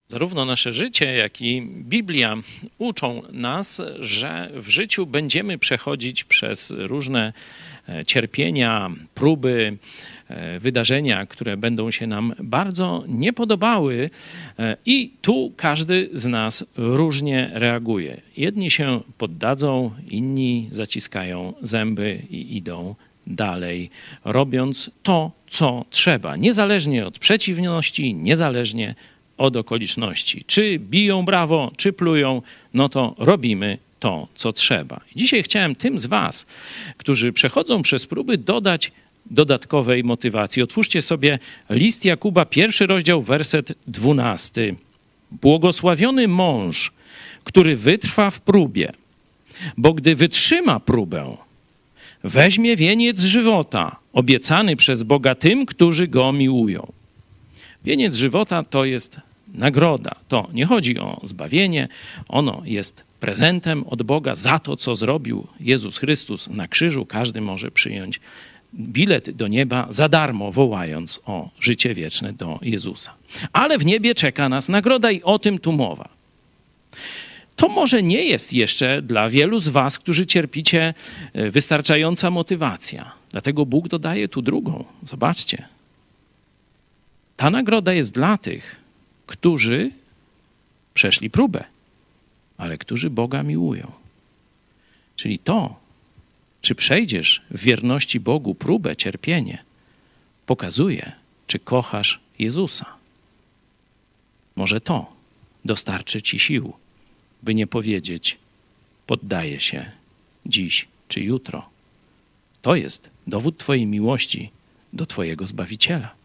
Zarówno nasze życie, jak i Biblia uczą nas, że w życiu będziemy przechodzić przez różne cierpienia, próby, wydarzenia, które będą się nam bardzo nie podobały i tu każdy z nas różnie reaguje. Jedni się poddadzą, inni zaciskają zęby i idą dalej, robiąc to, co trzeba, niezależnie od przeciwności, niezależnie od okoliczności. Czy biją brawo, czy plują, no to robimy to, co trzeba. Dzisiaj chciałem tym z was, którzy przechodzą przez próby, dodać dodatkowej motywacji. Otwórzcie sobie list Jakuba, 1 rozdział, werset 12. Błogosławiony mąż, który wytrwa w próbie, bo gdy wytrzyma próbę, weźmie wieniec żywota, obiecany przez Boga tym, którzy Go miłują. Wieniec żywota to jest nagroda. To nie chodzi o zbawienie, ono jest prezentem od Boga za to, co zrobił Jezus Chrystus na krzyżu. Każdy może przyjąć bilet do nieba za darmo, wołając o życie wieczne do Jezusa. Ale w niebie czeka nas nagroda i o tym tu mowa. To może nie jest jeszcze dla wielu z was, którzy cierpicie, wystarczająca motywacja. Dlatego Bóg dodaje tu drugą. Zobaczcie. Ta nagroda jest dla tych, którzy przeszli próbę, ale którzy Boga miłują. Czyli to, czy przejdziesz w wierności Bogu próbę, cierpienie, pokazuje, czy kochasz Jezusa. Może to dostarczy ci sił, by nie powiedzieć, poddaję się dziś czy jutro. To jest dowód twojej miłości do twojego Zbawiciela.